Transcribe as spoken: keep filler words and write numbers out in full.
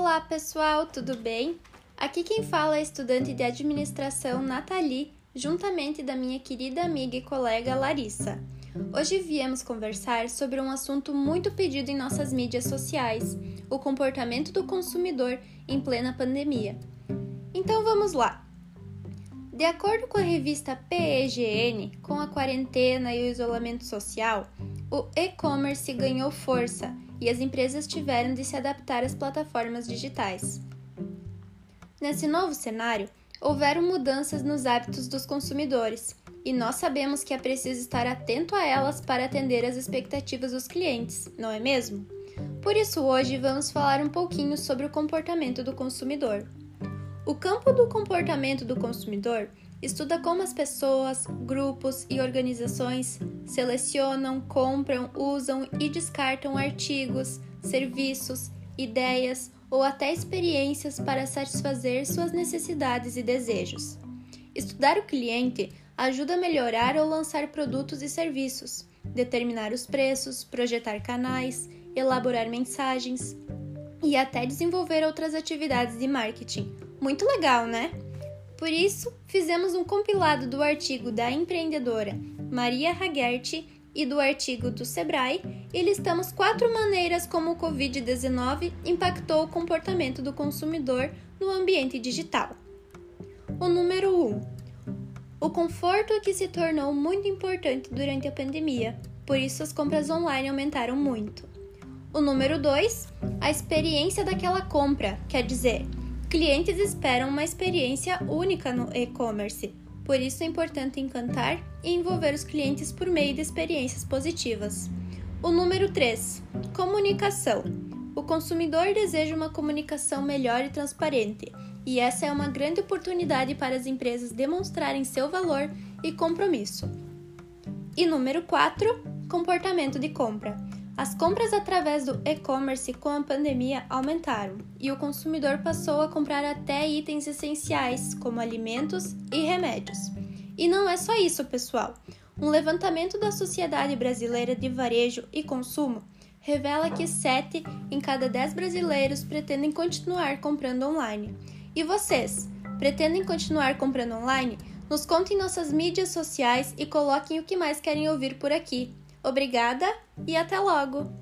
Olá pessoal, tudo bem? Aqui quem fala é a estudante de administração Nathalie, juntamente da minha querida amiga e colega Larissa. Hoje viemos conversar sobre um assunto muito pedido em nossas mídias sociais, o comportamento do consumidor em plena pandemia. Então vamos lá! De acordo com a revista P E G N, com a quarentena e o isolamento social, o e-commerce ganhou força e as empresas tiveram de se adaptar às plataformas digitais. Nesse novo cenário, houveram mudanças nos hábitos dos consumidores, e nós sabemos que é preciso estar atento a elas para atender às expectativas dos clientes, não é mesmo? Por isso, hoje vamos falar um pouquinho sobre o comportamento do consumidor. O campo do comportamento do consumidor estuda como as pessoas, grupos e organizações selecionam, compram, usam e descartam artigos, serviços, ideias ou até experiências para satisfazer suas necessidades e desejos. Estudar o cliente ajuda a melhorar ou lançar produtos e serviços, determinar os preços, projetar canais, elaborar mensagens e até desenvolver outras atividades de marketing. Muito legal, né? Por isso, fizemos um compilado do artigo da empreendedora Maria Haggerty e do artigo do Sebrae e listamos quatro maneiras como o covid dezenove impactou o comportamento do consumidor no ambiente digital. O número um. O conforto é que se tornou muito importante durante a pandemia, por isso as compras online aumentaram muito. O número dois. A experiência daquela compra, quer dizer, clientes esperam uma experiência única no e-commerce, por isso é importante encantar e envolver os clientes por meio de experiências positivas. O número três. Comunicação. O consumidor deseja uma comunicação melhor e transparente, e essa é uma grande oportunidade para as empresas demonstrarem seu valor e compromisso. E número quatro. Comportamento de compra. As compras através do e-commerce com a pandemia aumentaram e o consumidor passou a comprar até itens essenciais, como alimentos e remédios. E não é só isso, pessoal. Um levantamento da Sociedade Brasileira de Varejo e Consumo revela que sete em cada dez brasileiros pretendem continuar comprando online. E vocês, pretendem continuar comprando online? Nos contem em nossas mídias sociais e coloquem o que mais querem ouvir por aqui. Obrigada e até logo!